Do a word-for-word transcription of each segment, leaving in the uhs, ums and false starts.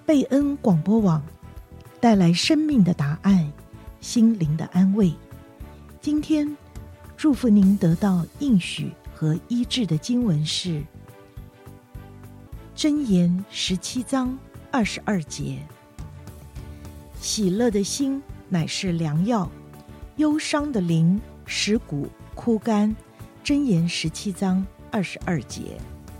贝恩广播网带来生命的答案，心灵的安慰。今天祝福您得到应许和医治的经文是箴言十七章二十二节：喜乐的心乃是良药，忧伤的灵使骨枯干。箴言十七章二十二节。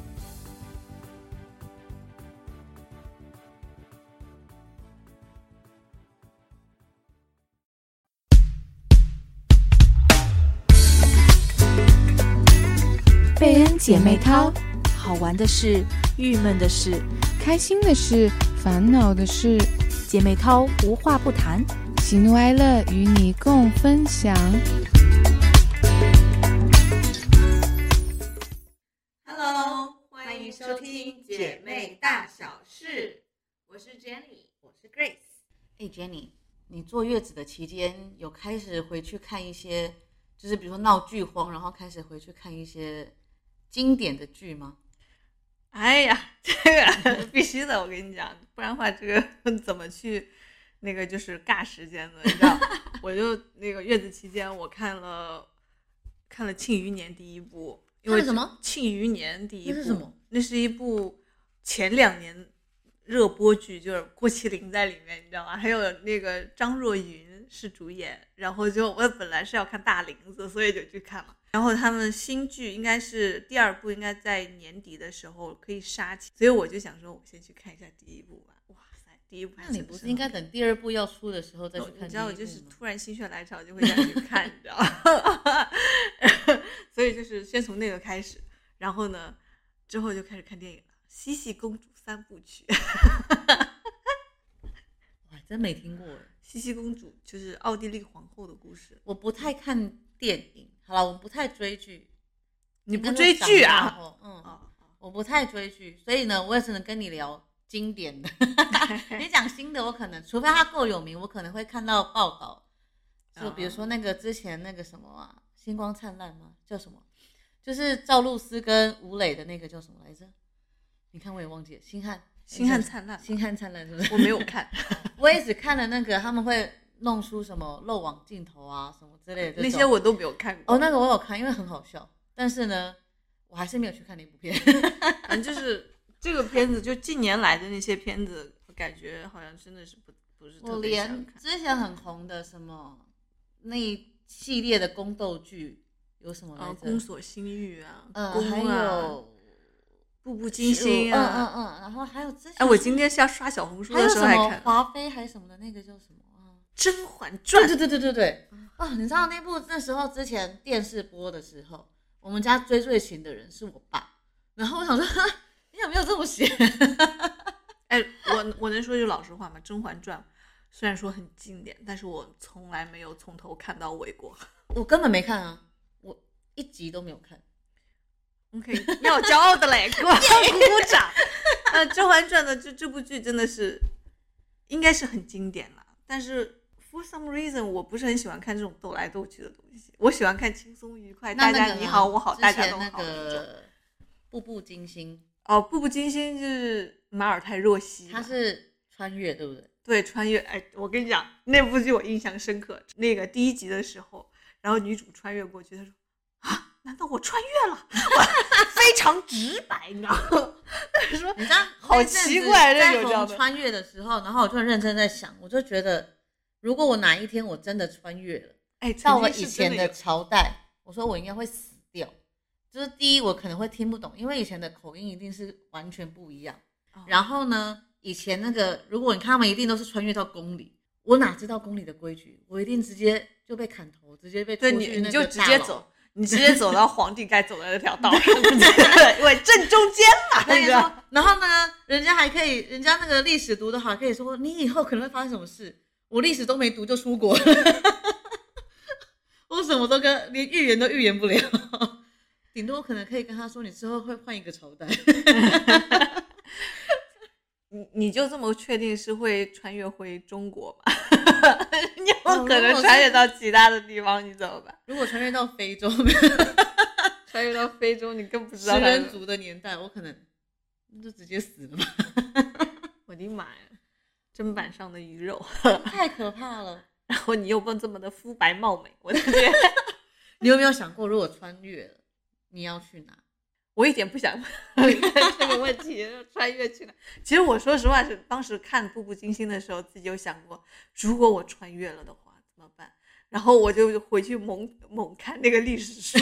贝恩姐妹淘，好玩的事，郁闷的事， 开心的事，烦恼的事， 姐妹淘无话不谈， 喜怒哀乐与你共分享。 Hello， 欢迎收听姐妹大小事，我是 Jenny， 我是 Grace。 哎 ，Jenny， 你坐月子的期间有开始回去看一些，就是比如说闹剧荒，然后开始回去看一些经典的剧吗？ 哎呀，这个必须的，我跟你讲，不然的话，这个怎么去那个就是尬时间呢？你知道，我就那个月子期间，我看了看了《庆余年》第一部，因为看了什么？ 《庆余年》第一部那是什么？ 那是一部前两年热播剧，就是郭麒麟在里面，你知道吗？还有那个张若昀是主演，然后就我本来是要看大林子，所以就去看了。然后他们新剧应该是第二部，应该在年底的时候可以杀青，所以我就想说，我先去看一下第一部吧。哇塞，第一部还那你不是应该等第二部要出的时候再去看第一部吗？ 你知道，我就是突然心血来潮就会想去看，你知道吗？所以就是先从那个开始，然后呢，之后就开始看电影了，《茜茜公主三部曲》。 我还真没听过。 茜茜公主就是奥地利皇后的故事。 我不太看电影，好了，我不太追剧。 你不追剧啊？ 嗯、哦，我不太追剧，所以呢，我也只能跟你聊经典的。你讲新的，我可能除非它够有名，我可能会看到报道。就比如说那个之前那个什么啊，星光灿烂吗？叫什么？就是赵露思跟吴磊的那个叫什么来着？你看我也忘记了，星汉。 星汉灿烂， 星汉灿烂是不是？ 我没有看， 我也只看了那个，他们会弄出什么漏网镜头啊什么之类的， 那些我都没有看过。 哦，那个我有看，因为很好笑，但是呢，我还是没有去看那部片。 反正就是这个片子，就近年来的那些片子，我感觉好像真的是不不是特别想看。 我连之前很红的什么那一系列的宫斗剧有什么来着？ 呃、宫锁心玉啊， 呃， 宫啊， 还有。 步步惊心啊， 嗯嗯嗯，然后还有之前， 哎，我今天是要刷小红书的时候还看华妃还是什么的那个叫什么啊？ 《甄嬛传》。 对对对对对对，啊、哦，你知道那部那时候之前电视播的时候，我们家追最勤的人是我爸，然后我想说，你有没有这么闲？ 哎，我我能说句老实话吗？《甄嬛传》虽然说很经典，但是我从来没有从头看到尾过。 我根本没看啊，我一集都没有看。 OK， 你好骄傲的嘞，给我鼓鼓掌。呃，《甄嬛传》的这这部剧真的是应该是很经典了，但是 for some reason 我不是很喜欢看这种斗来斗去的东西，我喜欢看轻松愉快，大家你好我好大家都好那个步步惊心哦，步步惊心就是马尔泰若曦， 它是穿越对不对？ 对，穿越。哎，我跟你讲，那部剧我印象深刻。那个第一集的时候，然后女主穿越过去，她说啊。难道我穿越了？非常直白，你知道吗？说你知道， 好奇怪， 在有这样的穿越的时候，然后我就很认真在想，我就觉得，如果我哪一天我真的穿越了， 哎， 到了以前的朝代，我说我应该会死掉。就是第一，我可能会听不懂，因为以前的口音一定是完全不一样。哦、然后呢，以前那个，如果你看他们一定都是穿越到宫里，我哪知道宫里的规矩？我一定直接就被砍头，直接被拖去那个大牢。 对，你你就直接走。你直接走到皇帝该走的那条道上，因为正中间嘛，那个。 然后呢，人家还可以，人家那个历史读得好，可以说你以后可能会发生什么事。我历史都没读就出国了，我什么都跟连预言都预言不了，顶多可能可以跟他说，你之后会换一个朝代。 你你就这么确定是会穿越回中国吗？你有可能穿越到其他的地方，你怎么办？ 如果穿越到非洲， 穿越到非洲，你更不知道食人族的年代，我可能就直接死了吧。 我的妈呀！ 砧板上的鱼肉， 太可怕了。 然后你又不这么的肤白貌美，我的天！ 你有没有想过，如果穿越了，你要去哪？ 我一点不想问这个问题，穿越去哪？其实我说实话是，当时看《步步惊心》的时候，自己有想过，如果我穿越了的话怎么办？然后我就回去猛猛看那个历史书。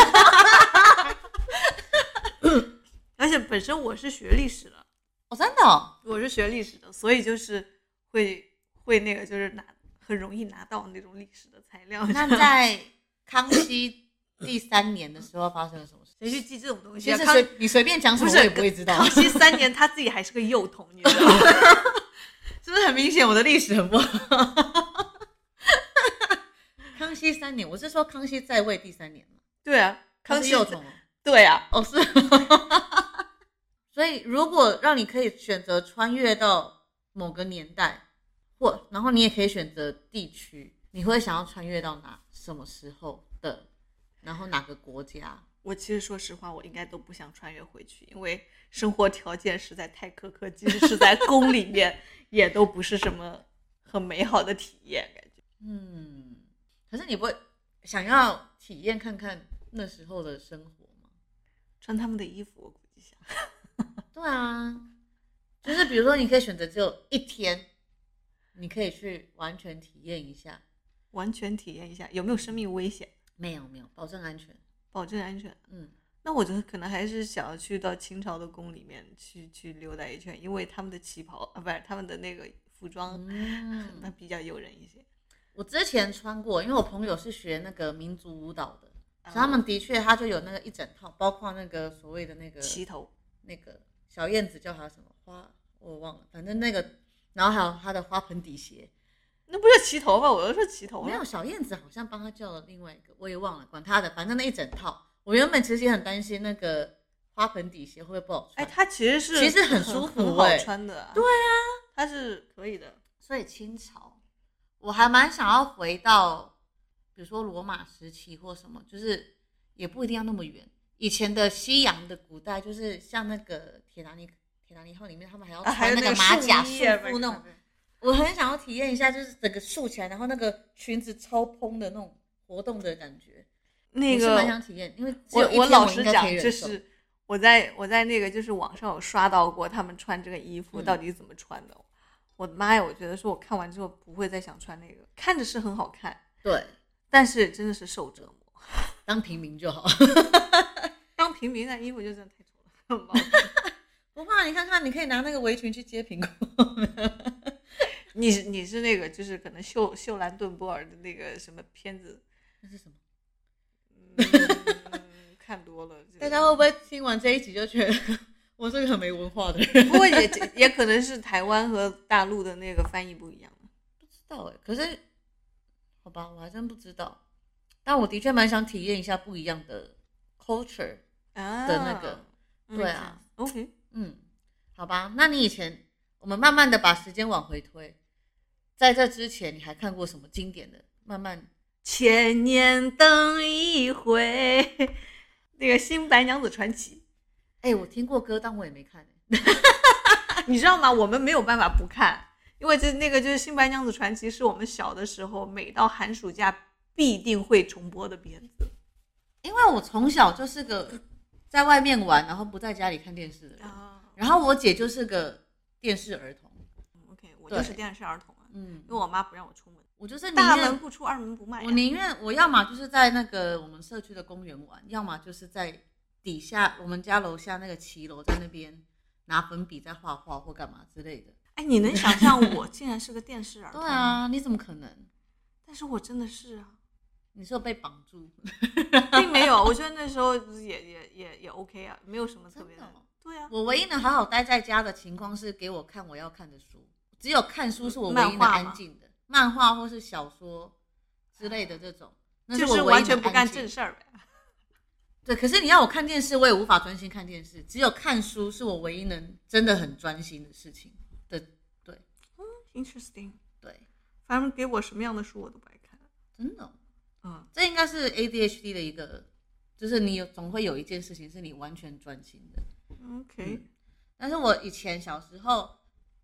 而且本身我是学历史的， 哦，真的、哦， 我是学历史的，所以就是会会那个就是拿很容易拿到那种历史的材料。 那在康熙第三年的时候发生了什么事？ 谁去记这种东西、啊？ 其实随你随便讲什么我也不会知道。 康熙三年他自己还是个幼童，你知道吗？ 是不是很明显我的历史很不好？康熙三年，我是说康熙在位第三年嘛？ 对啊，康熙幼童、哦。 对啊， 哦是。所以如果让你可以选择穿越到某个年代，或然后你也可以选择地区，你会想要穿越到哪？什么时候的？然后哪个国家？ 我其实说实话，我应该都不想穿越回去，因为生活条件实在太苛刻，即使是在宫里面，也都不是什么很美好的体验，感觉。 嗯，可是你不会想要体验看看那时候的生活吗？ 穿他们的衣服，我估计想。 对啊，就是比如说，你可以选择只有一天，你可以去完全体验一下， 完全体验一下有没有生命危险？ 没有，没有，保证安全。 保证安全， 嗯， 那我觉得可能还是想要去到清朝的宫里面去去溜达一圈，因为他们的旗袍啊，不是他们的那个服装，嗯，那比较诱人一些。 我之前穿过，因为我朋友是学那个民族舞蹈的，哦、所以他们的确他就有那个一整套，包括那个所谓的那个旗头， 那个小燕子叫它什么花，我忘了，反正那个，然后还有他的花盆底鞋。 那不是旗头吗？我都说旗头。 没有，小燕子好像帮他叫了另外一个，我也忘了，管他的，反正那一整套。我原本其实也很担心那个花盆底鞋会不会不好穿。 哎，它其实是其实很舒服、欸， 很好穿的、啊。 对啊， 它是可以的。 所以清朝，我还蛮想要回到，比如说罗马时期或什么，就是也不一定要那么远。以前的西洋的古代，就是像那个铁达尼铁达尼号里面，他们还要穿那个马甲束缚那种。我很想要体验一下，就是整个竖起来，然后那个裙子超蓬的那种活动的感觉。 那个我是蛮想体验，因为只我我老实讲， 就是我在我在那个就是网上有刷到过他们穿这个衣服到底怎么穿的。嗯、我的妈呀！我觉得说我看完之后不会再想穿那个，看着是很好看， 对， 但是真的是受折磨。 当平民就好， 当平民那衣服就真的太丑了。 不怕，你看看，你可以拿那个围裙去接苹果。 你你是那个就是可能秀秀兰顿波尔的那个什么片子？ 那是什么？ 嗯，看多了。 大家会不会听完这一集就觉得我是个很没文化的人？ 不过也也可能是台湾和大陆的那个翻译不一样。 不知道哎、欸，可是好吧，我还真不知道。但我的确蛮想体验一下不一样的 culture 的那个，啊对啊 ，OK， 嗯，好吧。那你以前我们慢慢的把时间往回推。在这之前你还看过什么经典的？慢慢千年等一回，那个《新白娘子传奇》。 哎，我听过歌，但我也没看、 欸、你知道吗？我们没有办法不看，因为这那个就是《新白娘子传奇》是我们小的时候每到寒暑假必定会重播的片子。 因为我从小就是个在外面玩，然后不在家里看电视的人，哦、然后我姐就是个电视儿童。 OK， 我就是电视儿童。 嗯， 因为我妈不让我出门， 我就是大门不出二门不迈、啊。 我宁愿我要么就是在那个我们社区的公园玩，要么就是在底下我们家楼下那个骑楼，在那边拿粉笔在画画或干嘛之类的。 哎，你能想象我竟然是个电视儿童？ 对啊，你怎么可能？ 但是我真的是啊， 你是有被绑住？ 并没有，我觉得那时候也也也也 OK 啊，没有什么特别的。的对啊， 我唯一能好好待在家的情况是给我看我要看的书。只有看书是我唯一能安静的，漫画或是小说之类的这种，那是我唯一能安静， 就是完全不干正事儿呗。 对，可是你要我看电视，我也无法专心看电视。只有看书是我唯一能真的很专心的事情的。对， 嗯 ，interesting。 对， 反正给我什么样的书我都不爱看。 真的、哦， 嗯， 这应该是 A D H D 的一个，就是你有总会有一件事情是你完全专心的。 OK，、 嗯、但是我以前小时候。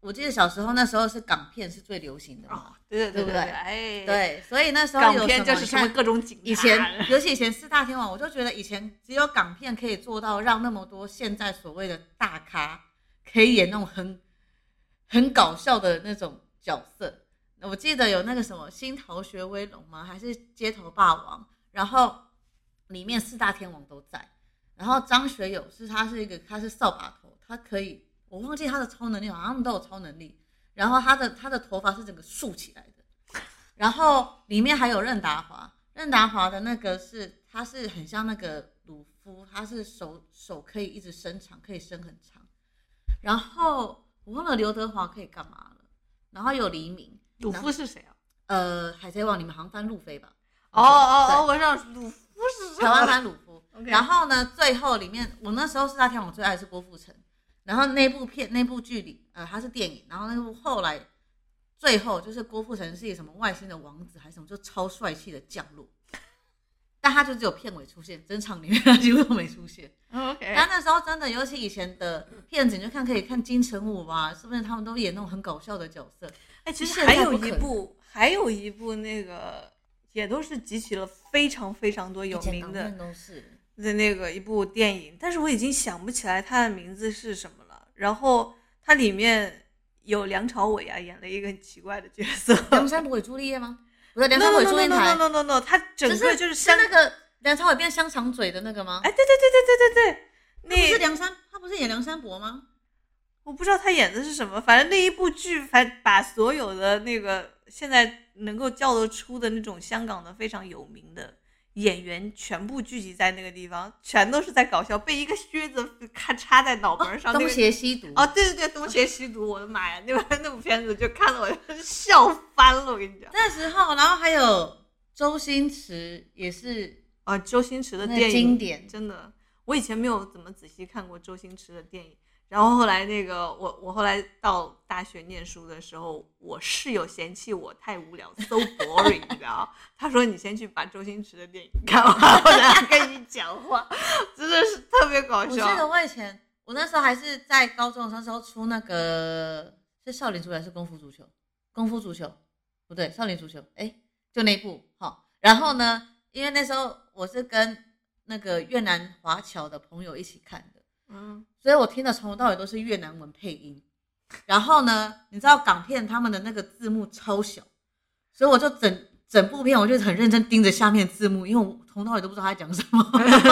我记得小时候那时候是港片是最流行的嘛， 哦，对对对对不对哎， 对，所以那时候港有片就是什么各种警察， 以前尤其以前四大天王，我就觉得以前只有港片可以做到让那么多现在所谓的大咖可以演那种很很搞笑的那种角色。我记得有那个什么《新逃学威龙》吗？还是《街头霸王》？然后里面四大天王都在。然后张学友是他是一个他是扫把头，他可以我忘记他的超能力，好像他们都有超能力。然后他的他的头发是整个竖起来的。然后里面还有任达华，任达华的那个是他是很像那个鲁夫，他是手手可以一直伸长，可以伸很长。然后我忘了刘德华可以干嘛了。然后有黎明。 鲁夫是谁啊？ 呃，海贼王你们好像翻路飞吧？ 哦哦哦，我知道鲁夫是谁。 台湾翻鲁夫。 okay. 然后呢，最后里面我那时候四大天王最爱的是郭富城。然后那部片那部剧里，呃，它是电影。然后那部后来最后就是郭富城是一个什么外星的王子还是什么，就超帅气的降落。但他就只有片尾出现，整场里面他几乎都没出现。 OK。 但那时候真的，尤其以前的片子，你就看可以看金城武啊，是不是他们都演那种很搞笑的角色？ 哎，其实还有一部，还有一部那个也都是集齐了非常非常多有名的都是的那个一部电影，但是我已经想不起来它的名字是什么了。然后它里面有梁朝伟啊，演了一个很奇怪的角色。 梁山伯与朱丽叶吗？不是梁山伯与祝英台 ，no no no no no no， 他整个就是是那个梁朝伟变香肠嘴的那个吗？ 哎，对对对对对对对， 那不是梁山，他不是演梁山伯吗？ 我不知道他演的是什么，反正那一部剧，反把所有的那个现在能够叫得出的那种香港的非常有名的演员全部聚集在那个地方，全都是在搞笑，被一个靴子看插在脑门上。 哦、东邪西毒。 哦，对对对，东邪西毒，我的妈呀，那部那部片子就看得我笑翻了，我跟你讲。 那时候，然后还有周星驰也是啊，周星驰的电影经典， 真的，我以前没有怎么仔细看过周星驰的电影。然后后来那个我我后来到大学念书的时候，我室友嫌弃我太无聊 ，so boring， 你知道？他说你先去把周星驰的电影看完，我再跟你讲话，真的是特别搞笑。 我记得我以前，我那时候还是在高中的时候出那个是少林足球还是功夫足球？功夫足球不对，少林足球，哎，就那一部哈。然后呢，因为那时候我是跟那个越南华侨的朋友一起看的。嗯，所以我听的从头到尾都是越南文配音，然后呢，你知道港片他们的那个字幕超小，所以我就整整部片我就很认真盯着下面字幕，因为我从头到尾都不知道他在讲什么。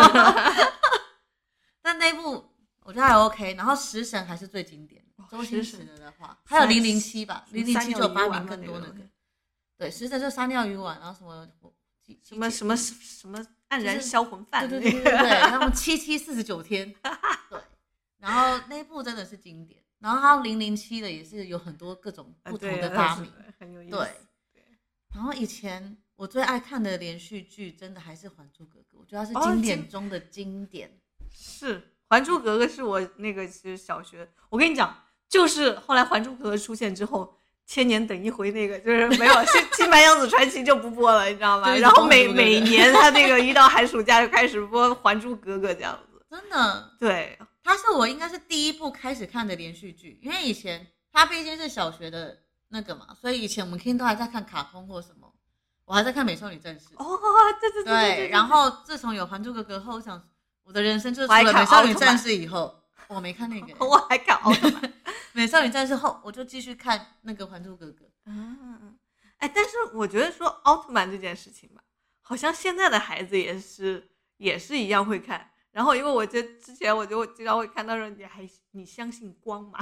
但那一部我觉得还 OK， 然后食神还是最经典的，周星驰的话，还有零零七吧，零零七就发明更多那个，对，食神就撒尿鱼丸，然后什么什么什么什么黯然销魂饭， 对对对对对，然后七七四十九天。对，然后那一部真的是经典，然后还有零零七的也是有很多各种不同的发明， 很有意思。 对，然后以前我最爱看的连续剧，真的还是《还珠格格》，我觉得它是经典中的经典。 哦、是《还珠格格》是我那个其实小学，我跟你讲，就是后来《还珠格格》出现之后。千年等一回，那个就是没有《新新白娘子传奇》就不播了，你知道吗？然后每每年他那个一到寒暑假就开始播《还珠格格》这样子。 真的， 对， 它是我应该是第一部开始看的连续剧，因为以前它毕竟是小学的那个嘛，所以以前我们听都还在看卡通或什么，我还在看《美少女战士》。 哦，对对对 对, 对, 对。 然后自从有《还珠格格》后，我想我的人生就是除了《美少女战士》以后，我没看那个， 我还看奥特曼。 美少女战士后，我就继续看那个《还珠格格》。 嗯，哎，但是我觉得说奥特曼这件事情吧，好像现在的孩子也是也是一样会看。然后，因为我觉得之前我就经常会看到说，你还你相信光吗？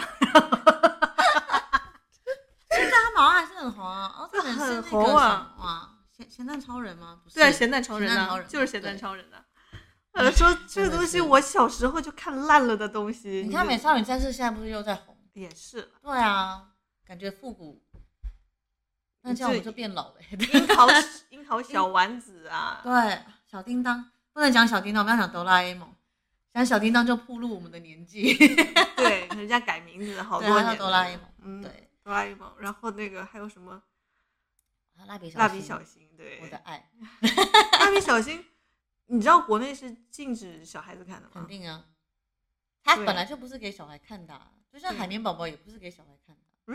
现在他马上还是很红啊，奥特曼是那个什么啊？咸咸蛋超人吗？不是， 对啊，咸蛋超人啊，就是咸蛋超人的。呃，说这个东西我小时候就看烂了的东西。 你看《美少女战士》现在不是又在红？ 也是， 对啊，感觉复古，那这样我们就变老了。 樱桃樱桃小丸子啊， 对，小叮当不能讲小叮当，我们要讲哆啦 A 梦，讲小叮当就暴露我们的年纪。 对，人家改名字好多年。 哆啦 A 梦， 嗯， 对， 哆啦 A 梦，然后那个还有什么？ 蜡笔蜡笔小新，对， 我的爱。 蜡笔小新，你知道国内是禁止小孩子看的吗？ 肯定啊。它本来就不是给小孩看的、啊，就像海绵宝宝也不是给小孩看的、啊。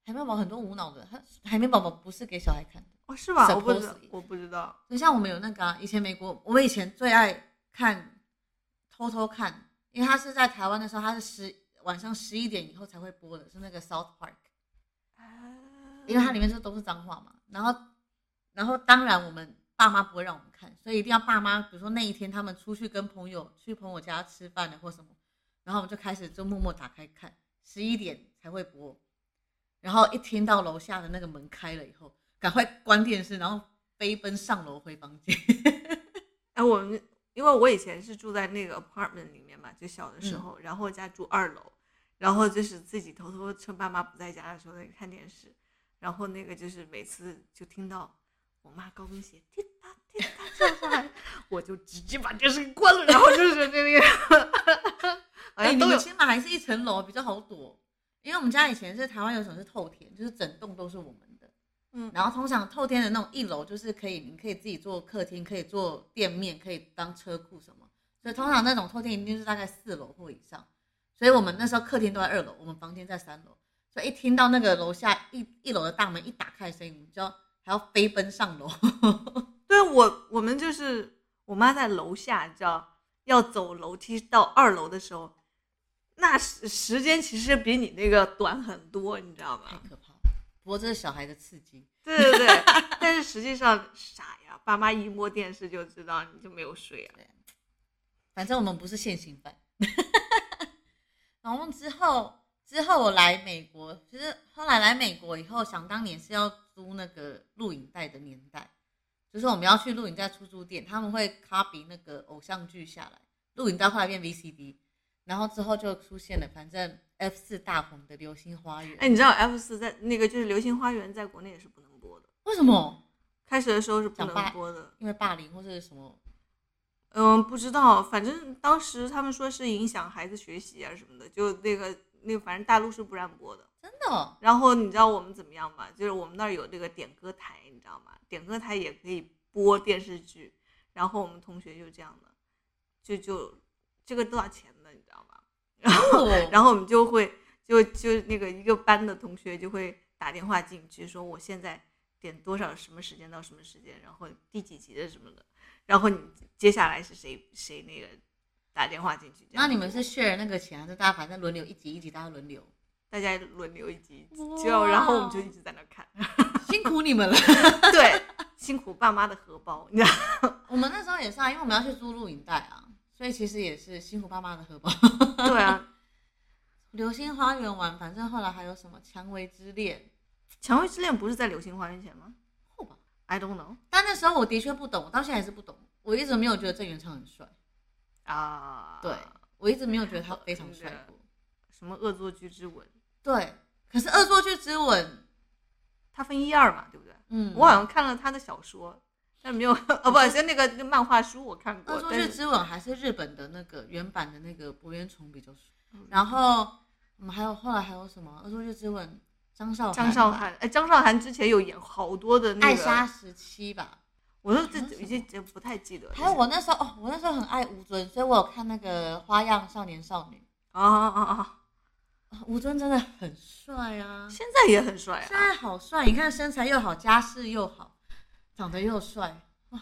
海绵宝宝很多无脑的，它海绵宝宝不是给小孩看的哦，是吧？我不知道 Supposedly 我不知道。 就像我们有那个、啊、以前美国，我以前最爱看，偷偷看，因为它是在台湾的时候，它是十晚上十一点以后才会播的，是那个 South Park， 因为它里面就都是脏话嘛。然后，然后当然我们爸妈不会让我们看，所以一定要爸妈，比如说那一天他们出去跟朋友去朋友家吃饭的或什么，然后我们就开始就默默打开看，十一点才会播。然后一听到楼下的那个门开了以后，赶快关电视，然后飞奔上楼回房间。 哎，我们因为我以前是住在那个 apartment 里面嘛，就小的时候，嗯、然后家住二楼，然后就是自己偷偷趁爸妈不在家的时候在看电视，然后那个就是每次就听到我妈高跟鞋滴答滴答掉下来，我就直接把电视给关了，然后就是那个， 哎，你们起码还是一层楼比较好躲，因为我们家以前是台湾有种是透天，就是整栋都是我们的，嗯，然后通常透天的那种一楼就是可以，你可以自己做客厅，可以做店面，可以当车库什么，所以通常那种透天一定是大概四楼或以上，所以我们那时候客厅都在二楼，我们房间在三楼，所以一听到那个楼下一一楼的大门一打开的声音，我们就要还要飞奔上楼。 对，我我们就是我妈在楼下，你知道，要走楼梯到二楼的时候，那时间其实比你那个短很多，你知道吗？ 太可怕了。不过这是小孩的刺激。 对对对，但是实际上傻呀，爸妈一摸电视就知道你就没有睡啊。 反正我们不是现行犯。然后之后之后我来美国，其实后来来美国以后，想当年是要租那个录影带的年代，就是我们要去录影带出租店，他们会 copy 那个偶像剧下来，录影带后来变 V C D， 然后之后就出现了，反正 F 四 大红的《流星花园》。 哎，你知道 F 四 在那个就是《流星花园》在国内也是不能播的？ 为什么？ 开始的时候是不能播的， 因为霸凌或是什么？ 嗯，不知道，反正当时他们说是影响孩子学习啊什么的，就那个那个，反正大陆是不让播的， 真的、哦。 然后你知道我们怎么样吗？就是我们那儿有这个点歌台，你知道吗？点歌台也可以播电视剧，然后我们同学就这样的，就就这个多少钱呢？你知道吗？然后、哦、然后我们就会就就那个一个班的同学就会打电话进去说我现在点多少什么时间到什么时间，然后第几集的什么的。然后你接下来是谁谁那个打电话进去？ 那你们是 share 那个钱，还是大家反正轮流一集一集，大家轮流？ 大家轮流一集，就然后我们就一直在那看， 辛苦你们了。 对，辛苦爸妈的荷包，你知道？ 我们那时候也是啊，因为我们要去租录影带啊，所以其实也是辛苦爸妈的荷包。 对啊， 流星花园完，反正后来还有什么蔷薇之恋？ 蔷薇之恋不是在流星花园前吗？ 后吧 ，I don't know。 但那时候我的确不懂，我到现在还是不懂。我一直没有觉得郑元畅很帅啊， 对，我一直没有觉得他非常帅过。 什么恶作剧之吻？ 对，可是恶作剧之吻， 它分一二嘛，对不对？ 嗯， 我好像看了他的小说，但没有哦，不是那个那个漫画书我看过。 恶作剧之吻还是日本的那个原版的那个柏原崇比较帅。嗯、然后我们还有后来还有什么恶作剧之吻？张韶涵， 张韶涵，哎，张韶涵之前有演好多的那个爱莎时期吧。 我都这已经不太记得了。 还有我那时候哦，我那时候很爱吴尊，所以我有看那个《花样少年少女》 啊啊啊啊！吴尊真的很帅啊， 现在也很帅啊， 现在好帅！你看身材又好，家世又好，长得又帅，哇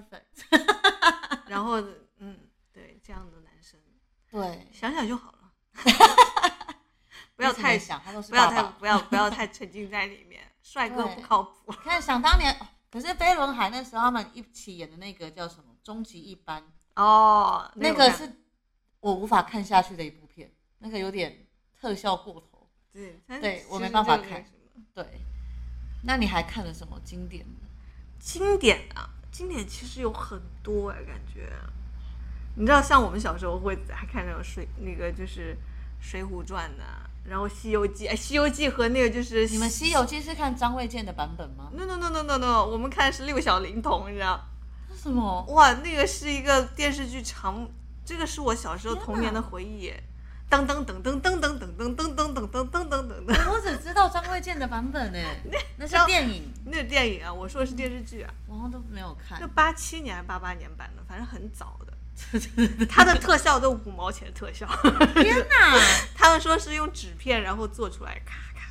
，perfect。 然后嗯，对，这样的男生， 对， 想想就好了，不要太想，他都是不要太不要不要太沉浸在里面，帅哥不靠谱。 看想当年。可是飞轮海那时候他们一起演的那个叫什么《终极一班》 哦， 那个是我无法看下去的一部片，那个有点特效过头， 对， 对我没办法看。对，那你还看了什么经典的？ 经典啊，经典其实有很多哎，感觉。你知道，像我们小时候会还看那种水，那个就是《水浒传》的。然后《西游记》，哎，《西游记》和那个就是你们《西游记》是看张卫健的版本吗 ？No No No No No No， 我们看的是六小龄童，你知道？ 为什么？ 哇，那个是一个电视剧长，这个是我小时候童年的回忆。噔噔噔噔噔噔噔噔噔噔噔噔噔噔噔。 我只知道张卫健的版本哎，那是电影， 那是电影啊，我说的是电视剧啊， 我好像都没有看。 就八七年还是八八年版的，反正很早的。他的特效都五毛钱特效， 天哪！ 他们说是用纸片然后做出来，咔咔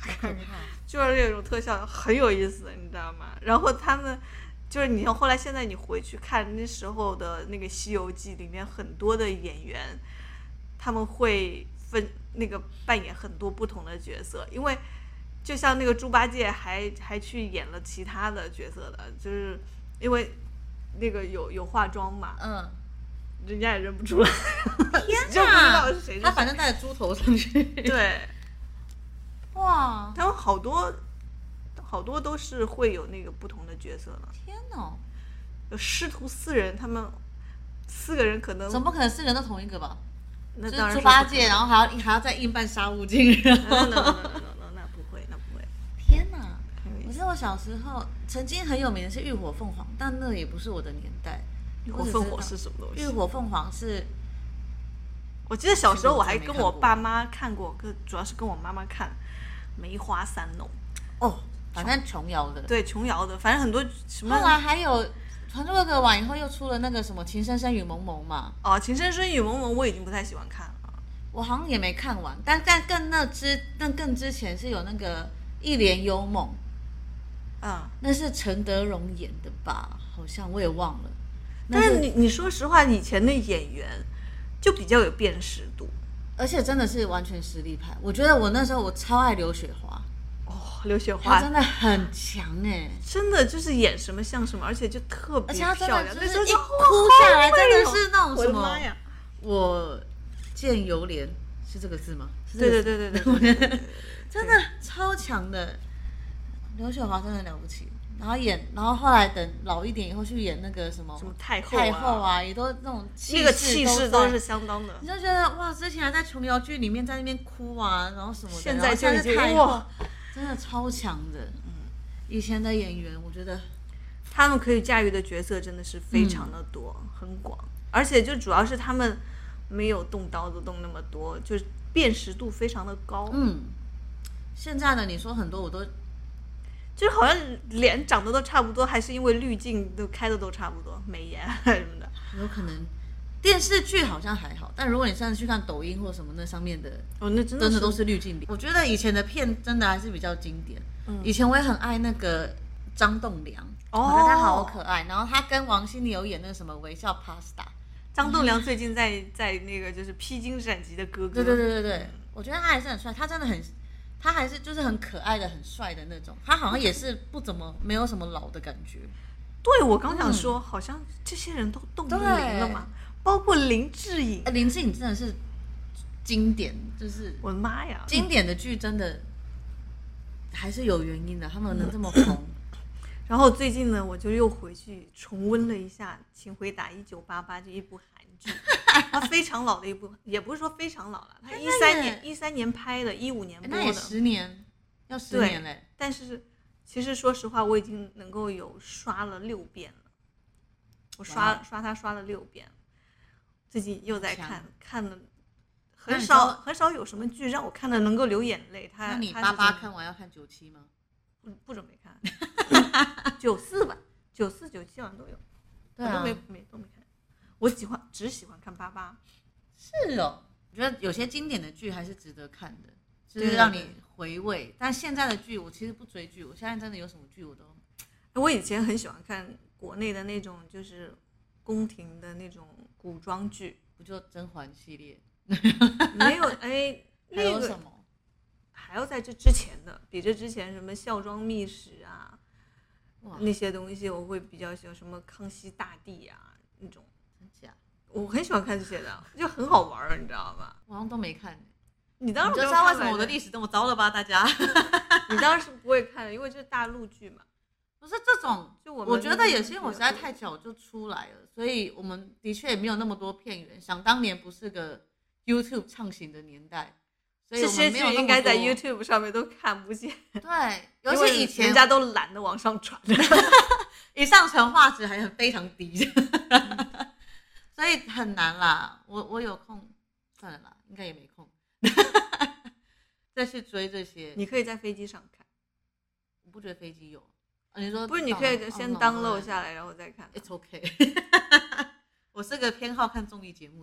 看，就是那种特效很有意思，你知道吗？然后他们就是你后来现在你回去看那时候的那个《西游记》里面很多的演员，他们会分那个扮演很多不同的角色，因为就像那个猪八戒还还去演了其他的角色的，就是因为那个有有化妆嘛， 嗯， 人家也认不出来， 天就不知道是谁是谁。 他反正戴着猪头上去。 对， 哇， 他们好多好多都是会有那个不同的角色的。 天哪！ 有师徒四人，他们四个人可能怎么可能四人都同一个吧？ 那当然就是猪八戒，然后还要还要再硬扮沙悟净，然后那那那那那那不会，那不会。 天哪！我记得我小时候曾经很有名的是浴火凤凰，但那也不是我的年代。 浴火凤凰是什么东西？ 浴火凤凰是， 我记得小时候我还跟我爸妈看过，跟主要是跟我妈妈看《梅花三弄》 哦，反正琼瑶的， 对琼瑶的，反正很多什么。 后来还有《还珠格格》完以后又出了那个什么《情深深雨蒙蒙》嘛。 哦，《情深深雨蒙蒙》我已经不太喜欢看了， 我好像也没看完，但但更那之但更之前是有那个《一帘幽梦》， 嗯， 那是陈德容演的吧？好像我也忘了。 但是你你说实话，以前的演员就比较有辨识度， 而且真的是完全实力派。我觉得我那时候我超爱刘雪华， 哦，刘雪华她真的很强哎、欸， 真的就是演什么像什么，而且就特别漂亮， 而且她真的就是一哭下来，真的是那种什么， 我的妈呀！ 我见犹怜是这个字吗？ 对对对对对对，对真的超强的，刘雪华真的了不起。然后演，然后后来等老一点以后去演那个什么什么太后、 啊、太后啊，也都那种气那个气势都是相当的。 你就觉得哇，之前还在琼瑶剧里面在那边哭啊，然后什么的， 现在就已经太后真的超强的。嗯，以前的演员，我觉得他们可以驾驭的角色真的是非常的多，嗯、很广，而且就主要是他们没有动刀子动那么多，就是辨识度非常的高。 嗯，现在的你说很多我都。 就是好像脸长得都差不多，还是因为滤镜都开的都差不多，美颜什么的。 有可能电视剧好像还好，但如果你现在去看抖音或什么那上面的， 哦，那真的真的都是滤镜。我觉得以前的片真的还是比较经典。嗯，以前我也很爱那个张栋梁，哦、我觉得他好可爱。然后他跟王心凌有演那个什么微笑 Pasta。 张栋梁最近在在那个就是披荆斩棘的哥哥。 对对对对对，嗯、我觉得他还是很帅，他真的很。他还是就是很可爱的、很帅的那种，他好像也是不怎么没有什么老的感觉。 对，我刚想说，嗯、好像这些人都冻龄了嘛，包括林志颖。 林志颖真的是经典，就是我的妈呀， 经典的剧真的还是有原因的，他们能这么红。 然后最近呢，我就又回去重温了一下《请回答一九八八》这一部韩剧。它非常老的一部，也不是说非常老了，它一三年一三年拍的，一五年播的， 那也十年，要十年嘞。 但是其实说实话，我已经能够有刷了六遍了，我刷刷它刷了六遍，最近又在看，看了很少很少有什么剧让我看的能够流眼泪。它那你八八看完要看九七吗？ 不不准备看，九四吧，九四九七好像都有， 对啊， 我都没没都没看。我喜欢只喜欢看八八， 是哦，我觉得有些经典的剧还是值得看的，就是让你回味。但现在的剧我其实不追剧，我现在真的有什么剧我都， 我以前很喜欢看国内的那种就是宫廷的那种古装剧， 不就甄嬛系列？ 没有哎， 还有什么？ 还要在这之前的，比这之前什么孝庄秘史啊，那些东西我会比较喜欢，什么康熙大帝啊那种。我很喜欢看这些的，就很好玩，你知道吗？ 我好像都没看。 你当然知道为什么我的历史这么糟了吧？大家， 你当然是不会看的，因为这是大陆剧嘛。 不是这种， 就我我觉得也是因为我实在太早就出来了，所以我们的确也没有那么多片源。想当年不是个 YouTube 畅行的年代，所以我们没有那么多， 这些剧应该在 YouTube 上面都看不见。 对，尤其以前人家都懒得往上传， 一上传画质还很非常低。所以很难啦，我我有空算了啦，应该也没空再去追这些。 你可以在飞机上看， 我不觉得飞机有。啊、你说不是？你可以先 download 下来，然后再看。 It's okay 。我是个偏好看综艺节目的人。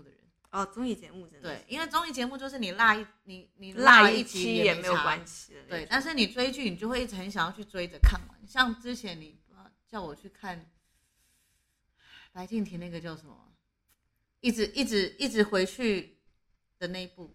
哦，综艺节目真的对，因为综艺节目就是你落一你你落一一集期也没有关系的， 对，但是你追剧，你就会一直很想要去追着看完。像之前你叫我去看白敬亭那个叫什么，一直一直一直回去的那一部，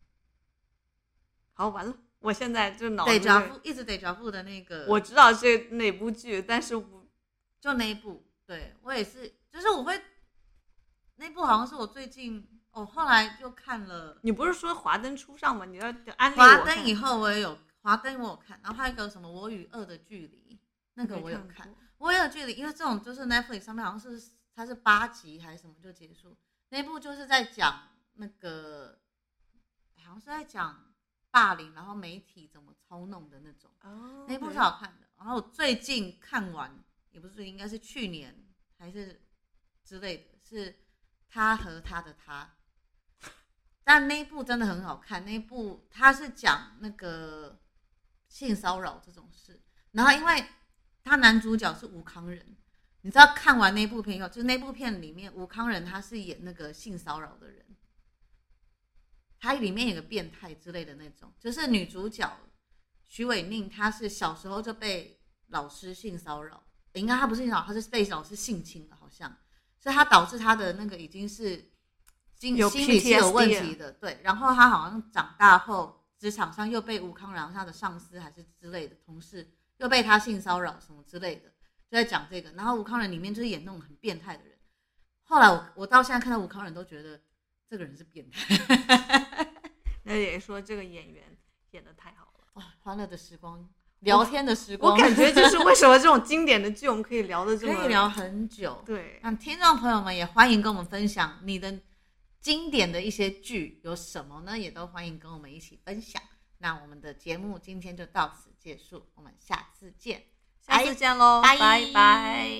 好完了，我现在就脑得子脚步一直得脚步的那个， 我知道这哪部剧，但是我就那一部，对我也是，就是我会那部好像是我最近哦，后来又看了。 你不是说华灯初上吗？你要安利我华看。 灯以后我也有华灯我有看，然后还有一个什么我与恶的距离，那个我有看。我与恶的距离，因为这种就是 Netflix 上面好像是它是八集还是什么就结束，那部就是在讲那个好像是在讲霸凌，然后媒体怎么操弄的那种。哦，那部是好看的。然后我最近看完，也不是最近，应该是去年还是之类的，是他和他的他。但那一部真的很好看，那一部他是讲那个性骚扰这种事，然后因为他男主角是吴康仁，你知道看完那部片以后，就是那部片里面吴康仁他是演那个性骚扰的人，他里面有个变态之类的那种，就是女主角徐伟宁，她是小时候就被老师性骚扰，应该她不是性骚扰，她是被老师性侵了，好像，所以她导致她的那个已经是心理是有问题的，对。然后她好像长大后，职场上又被吴康仁他的上司还是之类的同事又被他性骚扰什么之类的，就在讲这个。然后吴康仁里面就是演那种很变态的人。后来我我到现在看到吴康仁都觉得这个人是变态。 那也说这个演员演得太好了。 哇，欢乐的时光，聊天的时光， 我感觉就是为什么这种经典的剧我们可以聊得这么可以聊很久。 对， 那听众朋友们也欢迎跟我们分享你的经典的一些剧有什么呢？也都欢迎跟我们一起分享。那我们的节目今天就到此结束，我们下次见， 下次见喽，拜拜。